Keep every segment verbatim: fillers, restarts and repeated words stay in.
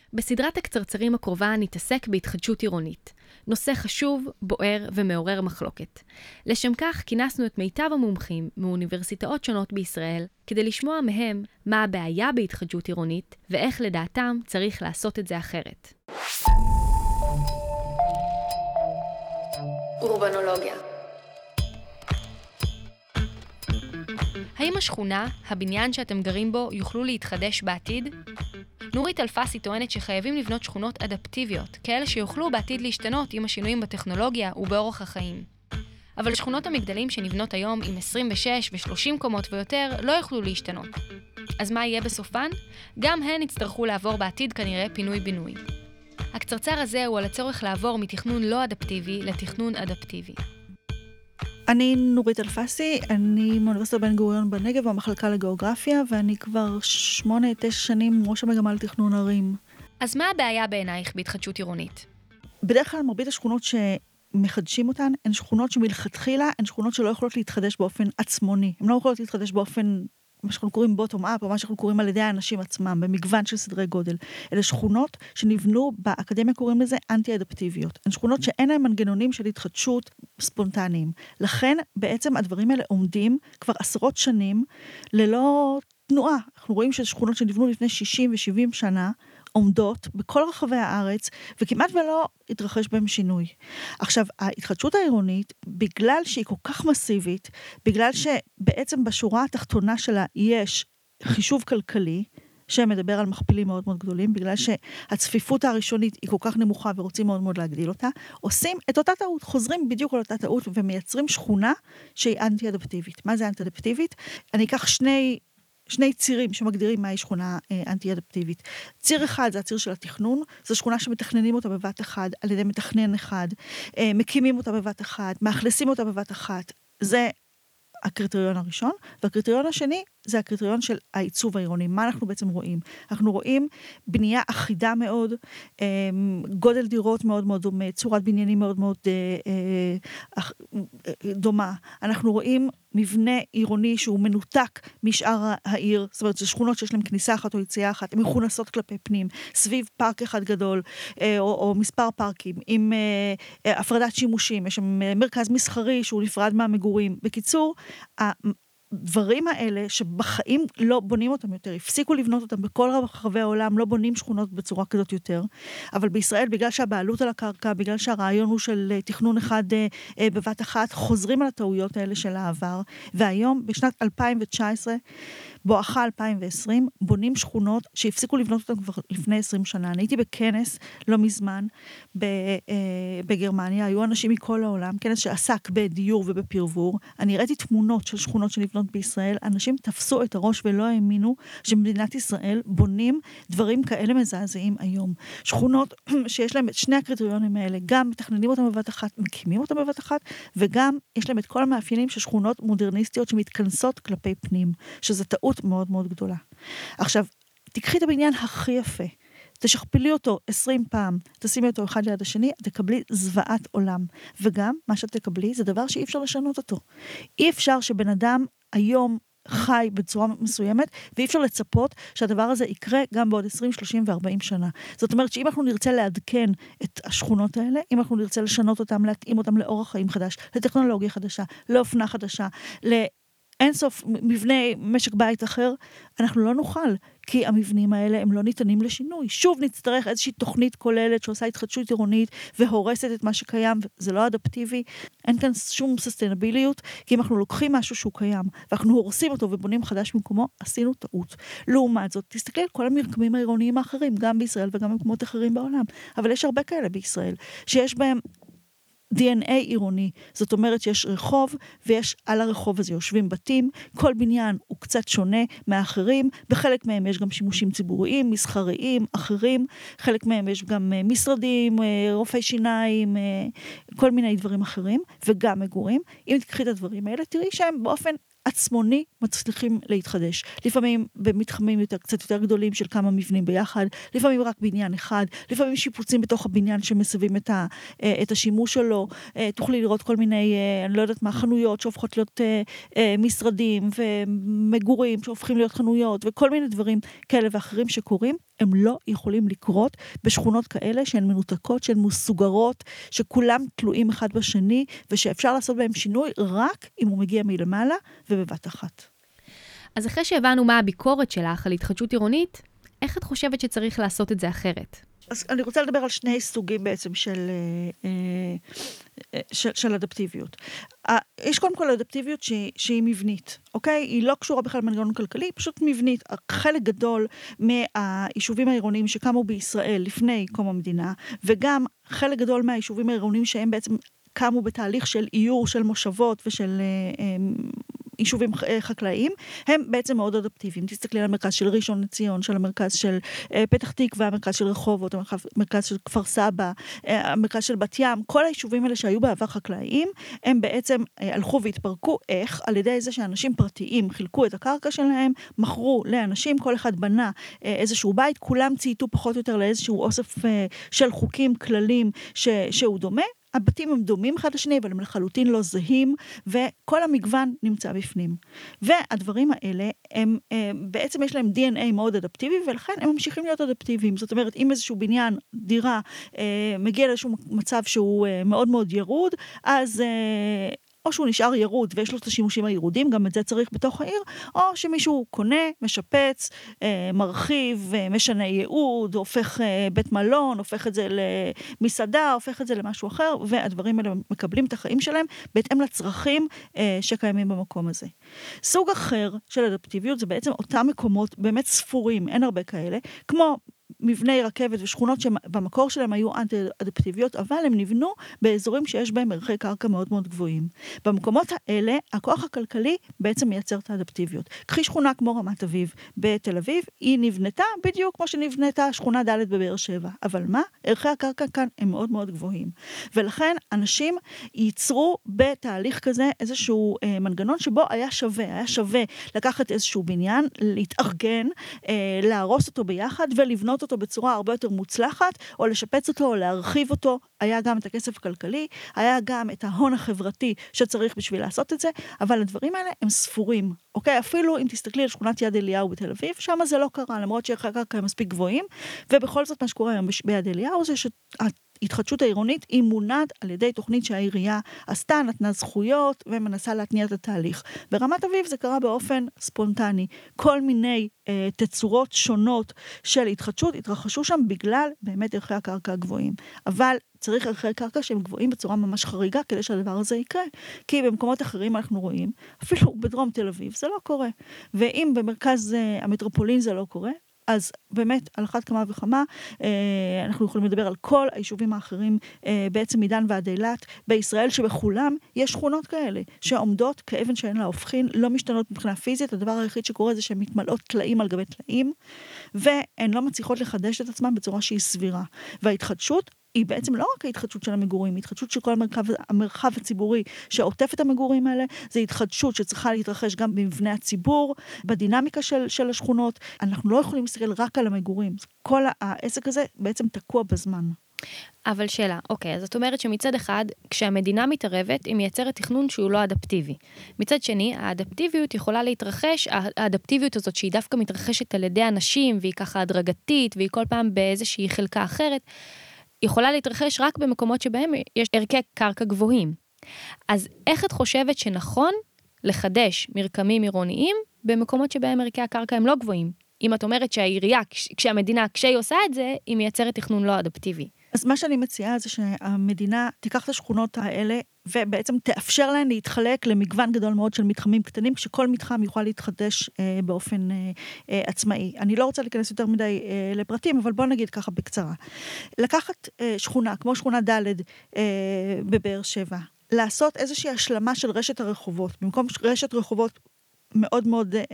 בסדרת הקצרצרים הקרובה נתעסק בהתחדשות עירונית. נושא חשוב, בוער ומעורר מחלוקת. לשם כך כינסנו את מיטב המומחים מאוניברסיטאות שונות בישראל, כדי לשמוע מהם מה הבעיה בהתחדשות עירונית ואיך לדעתם צריך לעשות את זה אחרת. אורבנולוגיה. האם השכונה, הבניין שאתם גרים בו, יוכלו להתחדש בעתיד? נורית אלפסי טוענת שחייבים לבנות שכונות אדפטיביות, כאלה שיוכלו בעתיד להשתנות עם השינויים בטכנולוגיה ובאורח החיים. אבל שכונות המגדלים שנבנות היום עם עשרים ושש ו-שלושים קומות ויותר לא יוכלו להשתנות. אז מה יהיה בסופן? גם הן יצטרכו לעבור בעתיד כנראה פינוי-בינוי. הקצרצר הזה הוא על הצורך לעבור מתכנון לא אדפטיבי לתכנון אדפטיבי. אני נורית אלפסי, אני מאוניברסיטת בן גוריון בנגב במחלקה לגיאוגרפיה, ואני כבר שמונה, תשע שנים ראש המגמה לתכנון ערים. אז מה הבעיה בעינייך בהתחדשות עירונית? בדרך כלל מרבית השכונות שמחדשים אותן, הן שכונות שמלכתחילה, הן שכונות שלא יכולות להתחדש באופן עצמוני. הן לא יכולות להתחדש באופן, מה שאנחנו קוראים bottom up, או מה שאנחנו קוראים על ידי האנשים עצמם, במגוון של סדרי גודל. אלה שכונות שנבנו, באקדמיה קוראים לזה אנטי-אדפטיביות. הן שכונות שאין להן מנגנונים של התחדשות ספונטניים. לכן בעצם הדברים האלה עומדים כבר עשרות שנים ללא תנועה. אנחנו רואים ששכונות שנבנו לפני שישים ו-שבעים שנה, עומדות בכל רחבי הארץ, וכמעט ולא התרחש בהם שינוי. עכשיו, ההתחדשות העירונית, בגלל שהיא כל כך מסיבית, בגלל שבעצם בשורה התחתונה שלה יש חישוב כלכלי, שמדבר על מכפילים מאוד מאוד גדולים, בגלל שהצפיפות הראשונית היא כל כך נמוכה ורוצים מאוד מאוד להגדיל אותה, עושים את אותה טעות, חוזרים בדיוק על אותה טעות, ומייצרים שכונה שהיא אנטי-אדפטיבית. מה זה אנטי-אדפטיבית? אני אקח שני שני צירים שמגדירים מהי שכונה אה, אנטי-אדפטיבית. ציר אחד זה הציר של התכנון, זו שכונה שמתכננים אותה בבת אחד, על ידי מתכנן אחד, אה, מקימים אותה בבת אחת, מאכלסים אותה בבת אחת. זה הקריטריון הראשון, והקריטריון השני זה הקריטריון של העיצוב העירוני. מה אנחנו בעצם רואים? אנחנו רואים בנייה אחידה מאוד, גודל דירות מאוד מאוד דומה, צורת בניינים מאוד מאוד דומה. אנחנו רואים מבנה עירוני שהוא מנותק משאר העיר, זאת אומרת, זה שכונות שיש להם כניסה אחת או יציאה אחת, הן מכונסות כלפי פנים, סביב פארק אחד גדול, או, או מספר פארקים, עם הפרדת שימושים, יש שם מרכז מסחרי שהוא נפרד מהמגורים. בקיצור, הדברים האלה שבחיים לא בונים אותם יותר, הפסיקו לבנות אותם בכל רחבי העולם, לא בונים שכונות בצורה כזאת יותר, אבל בישראל, בגלל שהבעלות על הקרקע, בגלל שהרעיון הוא של תכנון אחד בבת אחת, חוזרים על הטעויות האלה של העבר, והיום, בשנת אלפיים תשע עשרה, בואכה אלפיים ועשרים, בונים שכונות שהפסיקו לבנות אותם כבר לפני עשרים שנה. אני הייתי בכנס לא מזמן בגרמניה, היו אנשים מכל העולם, כנס שעסק בדיור ובפרבור. אני ראיתי תמונות של שכונות שנבנות בישראל, אנשים תפסו את הראש ולא האמינו שבמדינת ישראל בונים דברים כאלה מזעזעים היום. שכונות שיש להם את שני הקריטריונים האלה, גם מתכננים אותם בבת אחת, מקימים אותם בבת אחת, וגם יש להם את כל המאפיינים של שכונות מודרניסטיות שמתכנסות כלפי פנים, שזה טעות מאוד מאוד גדולה. עכשיו, תקחי את הבניין הכי יפה, תשכפלי אותו עשרים פעם, תשימי אותו אחד ליד השני, תקבלי זוועת עולם. וגם, מה שתקבלי, זה דבר שאי אפשר לשנות אותו. אי אפשר שבן אדם היום חי בצורה מסוימת, ואי אפשר לצפות שהדבר הזה יקרה גם בעוד עשרים, שלושים ו-ארבעים שנה. זאת אומרת שאם אנחנו נרצה לעדכן את השכונות האלה, אם אנחנו נרצה לשנות אותם, להתאים אותם לאורח חיים חדש, לטכנולוגיה חדשה, לאופנה חדשה, לאינסוף מבנה משק בית אחר, אנחנו לא נוכל, כי המבנים האלה הם לא ניתנים לשינוי. שוב נצטרך איזושהי תוכנית כוללת שעושה התחדשות עירונית והורסת את מה שקיים, זה לא אדפטיבי, אין כאן שום ססטיינביליות, כי אם אנחנו לוקחים משהו שהוא קיים, ואנחנו הורסים אותו ובונים חדש במקומו, עשינו טעות. לעומת זאת, תסתכלי על כל המרקמים העירוניים האחרים, גם בישראל וגם במקומות אחרים בעולם, אבל יש הרבה כאלה בישראל, שיש בהם די אן איי עירוני, זאת אומרת שיש רחוב, ויש על הרחוב הזה יושבים בתים, כל בניין הוא קצת שונה מהאחרים, בחלק מהם יש גם שימושים ציבוריים, מסחריים, אחרים, חלק מהם יש גם משרדים, רופאי שיניים, כל מיני דברים אחרים, וגם מגורים. אם תקחי את הדברים האלה, תראי שהם באופן עצמוני מצליחים להתחדש. לפעמים במתחמים יותר, קצת יותר גדולים של כמה מבנים ביחד, לפעמים רק בניין אחד, לפעמים שיפוצים בתוך הבניין שמסבים את, ה, את השימוש שלו, תוכלי לראות כל מיני, אני לא יודעת מה, חנויות שהופכות להיות משרדים ומגורים שהופכים להיות חנויות, וכל מיני דברים כאלה ואחרים שקורים. הם לא יכולים לקרות בשכונות כאלה שהן מנותקות, שהן מסוגרות, שכולם תלויים אחד בשני, ושאפשר לעשות בהם שינוי רק אם הוא מגיע מלמעלה ובבת אחת. אז אחרי שהבנו מה הביקורת שלך על התחדשות עירונית, איך את חושבת שצריך לעשות את זה אחרת? אז אני רוצה לדבר על שני סוגים בעצם של, של, של אדפטיביות. יש קודם כל אדפטיביות שהיא, שהיא מבנית, אוקיי? היא לא קשורה בכלל למנגנון כלכלי, היא פשוט מבנית. חלק גדול מהיישובים העירוניים שקמו בישראל לפני קום המדינה, וגם חלק גדול מהיישובים העירוניים שהם בעצם קמו בתהליך של איור של מושבות ושל יישובים חקלאיים, הם בעצם מאוד אדפטיביים. תסתכלי על המרכז של ראשון לציון, של המרכז של פתח תקווה, המרכז של רחובות, המרכז של כפר סבא, המרכז של בת ים, כל היישובים האלה שהיו בעבר חקלאיים, הם בעצם הלכו והתפרקו. איך? על ידי זה שאנשים פרטיים חילקו את הקרקע שלהם, מכרו לאנשים, כל אחד בנה איזשהו בית, כולם צייתו פחות או יותר לאיזשהו אוסף של חוקים, כללים ש, שהוא דומה, הבתים הם דומים אחד לשני, אבל הם לחלוטין לא זהים, וכל המגוון נמצא בפנים. והדברים האלה, הם, הם בעצם יש להם די אן איי מאוד אדפטיבי, ולכן הם ממשיכים להיות אדפטיביים. זאת אומרת, אם איזשהו בניין, דירה, מגיע לאיזשהו מצב שהוא מאוד מאוד ירוד, אז או שהוא נשאר ירוד ויש לו את השימושים הירודים, גם את זה צריך בתוך העיר, או שמישהו קונה, משפץ, מרחיב, משנה ייעוד, הופך בית מלון, הופך את זה למסעדה, הופך את זה למשהו אחר, והדברים האלה מקבלים את החיים שלהם בהתאם לצרכים שקיימים במקום הזה. סוג אחר של אדפטיביות זה בעצם אותם מקומות באמת ספורים, אין הרבה כאלה, כמו מבני רכבת ושכונות שבמקור שלהם היו אנטי-אדפטיביות, אבל הם נבנו באזורים שיש בהם ערכי קרקע מאוד מאוד גבוהים. במקומות האלה, הכוח הכלכלי בעצם מייצר את האדפטיביות. קחי שכונה כמו רמת אביב בתל אביב, היא נבנתה בדיוק כמו שנבנתה שכונה ד' בבאר שבע. אבל מה? ערכי הקרקע כאן הם מאוד מאוד גבוהים. ולכן אנשים ייצרו בתהליך כזה איזשהו אה, מנגנון שבו היה שווה, היה שווה לקחת איזשהו בניין, להתארגן, אה, להרוס אותו ביחד ולבנות אותו בצורה הרבה יותר מוצלחת, או לשפץ אותו, או להרחיב אותו. היה גם את הכסף הכלכלי, היה גם את ההון החברתי שצריך בשביל לעשות את זה, אבל הדברים האלה הם ספורים. אוקיי? אפילו אם תסתכלי על שכונת יד אליהו בתל אביב, שם זה לא קרה, למרות שערכי הקרקע הם מספיק גבוהים, ובכל זאת מה שקורה היום ביד אליהו זה שההתחדשות העירונית היא מונעת על ידי תוכנית שהעירייה עשתה, נתנה זכויות ומנסה להתניע את התהליך. ברמת אביב זה קרה באופן ספונטני. כל מיני אה, תצורות שונות של התחדשות התרחשו שם בגלל באמת ערכי הקרקע הגבוהים. אבל צריך ערכי קרקע שהם גבוהים בצורה ממש חריגה כדי שהדבר הזה יקרה. כי במקומות אחרים אנחנו רואים, אפילו בדרום תל אביב זה לא קורה. ואם במרכז אה, המטרופולין זה לא קורה, אז באמת, על אחת כמה וכמה, אנחנו יכולים לדבר על כל היישובים האחרים, בעצם מדן ועד אילת, בישראל שבכולם יש שכונות כאלה, שעומדות כאבן שאין לה הופכין, לא משתנות מבחינה פיזית, הדבר היחיד שקורה זה שהן מתמלאות טלאים על גבי טלאים, והן לא מצליחות לחדש את עצמן בצורה שהיא סבירה. וההתחדשות היא בעצם לא רק ההתחדשות של המגורים, היא התחדשות של כל המרחב, המרחב הציבורי שעוטף את המגורים האלה, זה התחדשות שצריכה להתרחש גם במבנה הציבור, בדינמיקה של, של השכונות. אנחנו לא יכולים להסתכל רק על המגורים. כל העסק הזה בעצם תקוע בזמן. אבל שאלה, אוקיי, אז את אומרת שמצד אחד, כשהמדינה מתערבת, היא מייצרת תכנון שהוא לא אדפטיבי. מצד שני, האדפטיביות יכולה להתרחש, האדפטיביות הזאת שהיא דווקא מתרחשת על ידי אנשים, והיא ככה הדרגתית, והיא כל פעם באיזושהי חלקה אחרת, יכולה להתרחש רק במקומות שבהם יש ערכי קרקע גבוהים. אז איך את חושבת שנכון לחדש מרקמים עירוניים במקומות שבהם ערכי הקרקע הם לא גבוהים? אם את אומרת שהעירייה, כשהמדינה, כשהיא עושה את זה, היא מייצרת תכנון לא אדפטיבי. אז מה שאני מציעה זה שהמדינה תיקח את השכונות האלה, ובעצם תאפשר להן להתחלק למגוון גדול מאוד של מתחמים קטנים, כשכל מתחם יוכל להתחדש אה, באופן אה, אה, עצמאי. אני לא רוצה להיכנס יותר מדי אה, לפרטים, אבל בוא נגיד ככה בקצרה. לקחת אה, שכונה, כמו שכונה ד' אה, בבאר שבע, לעשות איזושהי השלמה של רשת הרחובות, במקום רשת רחובות מאוד מאוד אה,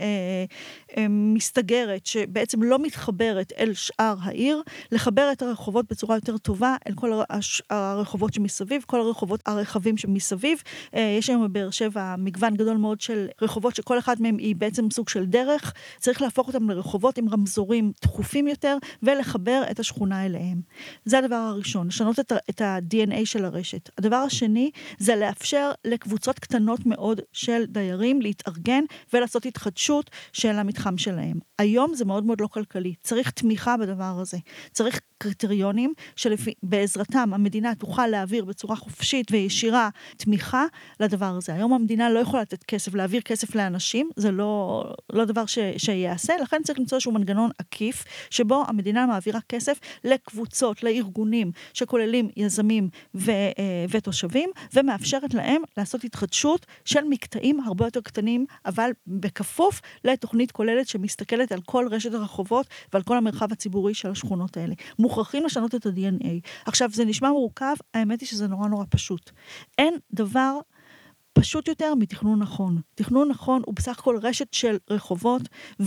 אה, מסתגרת, שבעצם לא מתחברת אל שאר העיר, לחבר את הרחובות בצורה יותר טובה, אל כל הרחובות שמסביב, כל הרחובות הרחבים שמסביב. אה, יש היום בבאר שבע מגוון גדול מאוד של רחובות, שכל אחד מהם היא בעצם סוג של דרך, צריך להפוך אותם לרחובות עם רמזורים תכופים יותר, ולחבר את השכונה אליהם. זה הדבר הראשון, לשנות את, את ה-די אן איי של הרשת. הדבר השני, זה לאפשר לקבוצות קטנות מאוד של דיירים להתארגן, ולעשות התחדשות של המתחם שלהם. היום זה מאוד מאוד לא כלכלי. צריך תמיכה בדבר הזה. צריך קריטריונים שבעזרתם המדינה תוכל להעביר בצורה חופשית וישירה תמיכה לדבר הזה. היום המדינה לא יכולה לתת כסף, להעביר כסף לאנשים, זה לא, לא דבר ש, שיעשה, לכן צריך למצוא איזשהו מנגנון עקיף, שבו המדינה מעבירה כסף לקבוצות, לארגונים, שכוללים יזמים ו, ותושבים, ומאפשרת להם לעשות התחדשות של מקטעים הרבה יותר קטנים, אבל בכפוף לתוכנית כוללת שמסתכלת על כל רשת הרחובות ועל כל המרחב הציבורי של השכונות האלה. מוכרחים לשנות את ה-די אן איי. עכשיו, זה נשמע מורכב, האמת היא שזה נורא נורא פשוט. אין דבר פשוט יותר מתכנון נכון. תכנון נכון הוא בסך הכל רשת של רחובות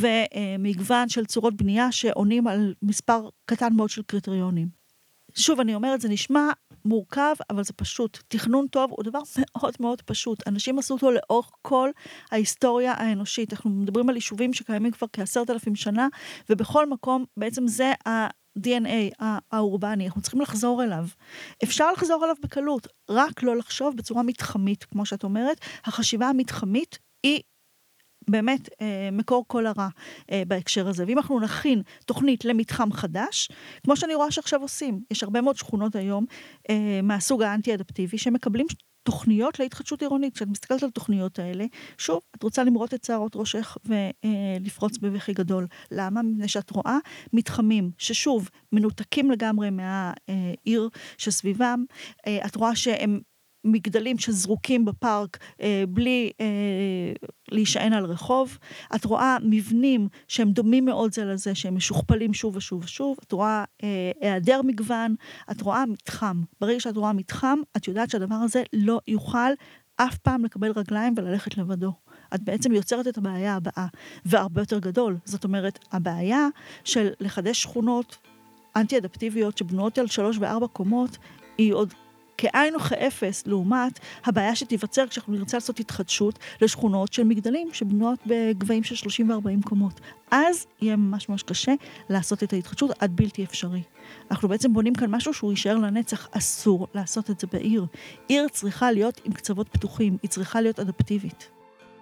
ומגוון של צורות בנייה שעונים על מספר קטן מאוד של קריטריונים. שוב, אני אומרת, זה נשמע מורכב, אבל זה פשוט. תכנון טוב הוא דבר מאוד מאוד פשוט. אנשים עשו אותו לאורך כל ההיסטוריה האנושית. אנחנו מדברים על יישובים שקיימים כבר כעשרת אלפים שנה, ובכל מקום בעצם זה ה-די אן איי האורבני. אנחנו צריכים לחזור אליו. אפשר לחזור אליו בקלות, רק לא לחשוב בצורה מתחמית, כמו שאת אומרת. החשיבה המתחמית היא באמת אה, מקור כל הרע אה, בהקשר הזה. ואם אנחנו נכין תוכנית למתחם חדש, כמו שאני רואה שעכשיו עושים, יש הרבה מאוד שכונות היום אה, מהסוג האנטי-אדפטיבי, שמקבלים תוכניות להתחדשות עירונית. כשאת מסתכלת על תוכניות האלה, שוב, את רוצה למרות את שערות ראשך ולפרוץ בבכי גדול. למה? מפני שאת רואה מתחמים ששוב, מנותקים לגמרי מהעיר שסביבם, אה, את רואה שהם מגדלים שזרוקים בפארק אה, בלי אה, להישען על רחוב. את רואה מבנים שהם דומים מאוד זה לזה, שהם משוכפלים שוב ושוב ושוב. את רואה אה, היעדר מגוון, את רואה מתחם. ברגע שאת רואה מתחם, את יודעת שהדבר הזה לא יוכל אף פעם לקבל רגליים וללכת לבדו. את בעצם יוצרת את הבעיה הבאה, והרבה יותר גדול. זאת אומרת, הבעיה של לחדש שכונות אנטי-אדפטיביות שבנויות על שלוש וארבע קומות, היא עוד כאין וכאפס, לעומת הבעיה שתיווצר כשאנחנו נרצה לעשות התחדשות לשכונות של מגדלים שבנויות בגבהים של שלושים וארבעים קומות. אז יהיה ממש ממש קשה לעשות את ההתחדשות עד בלתי אפשרי. אנחנו בעצם בונים כאן משהו שהוא יישאר לנצח. אסור לעשות את זה בעיר. עיר צריכה להיות עם קצוות פתוחים, היא צריכה להיות אדפטיבית.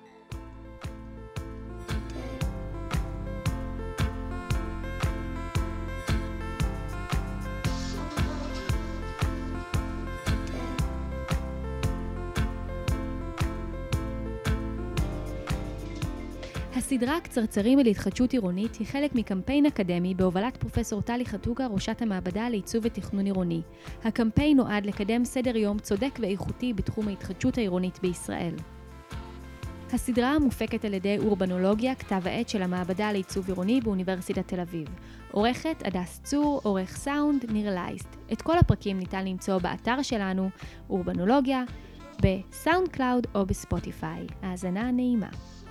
הסדרה קצרצרים להתחדשות עירונית היא חלק מקמפיין אקדמי בהובלת פרופסור טלי חתוגה, ראשת המעבדה לעיצוב ותכנון עירוני. הקמפיין נועד לקדם סדר יום צודק ואיכותי בתחום ההתחדשות העירונית בישראל. הסדרה מופקת על ידי אורבנולוגיה, כתב העת של המעבדה לעיצוב עירוני באוניברסיטת תל אביב. עורכת הדס צור, עורך סאונד ניר לייסט. את כל הפרקים ניתן למצוא באתר שלנו, אורבנולוגיה, בסאונד קלאוד או בספוטיפיי. האזנה נעימה.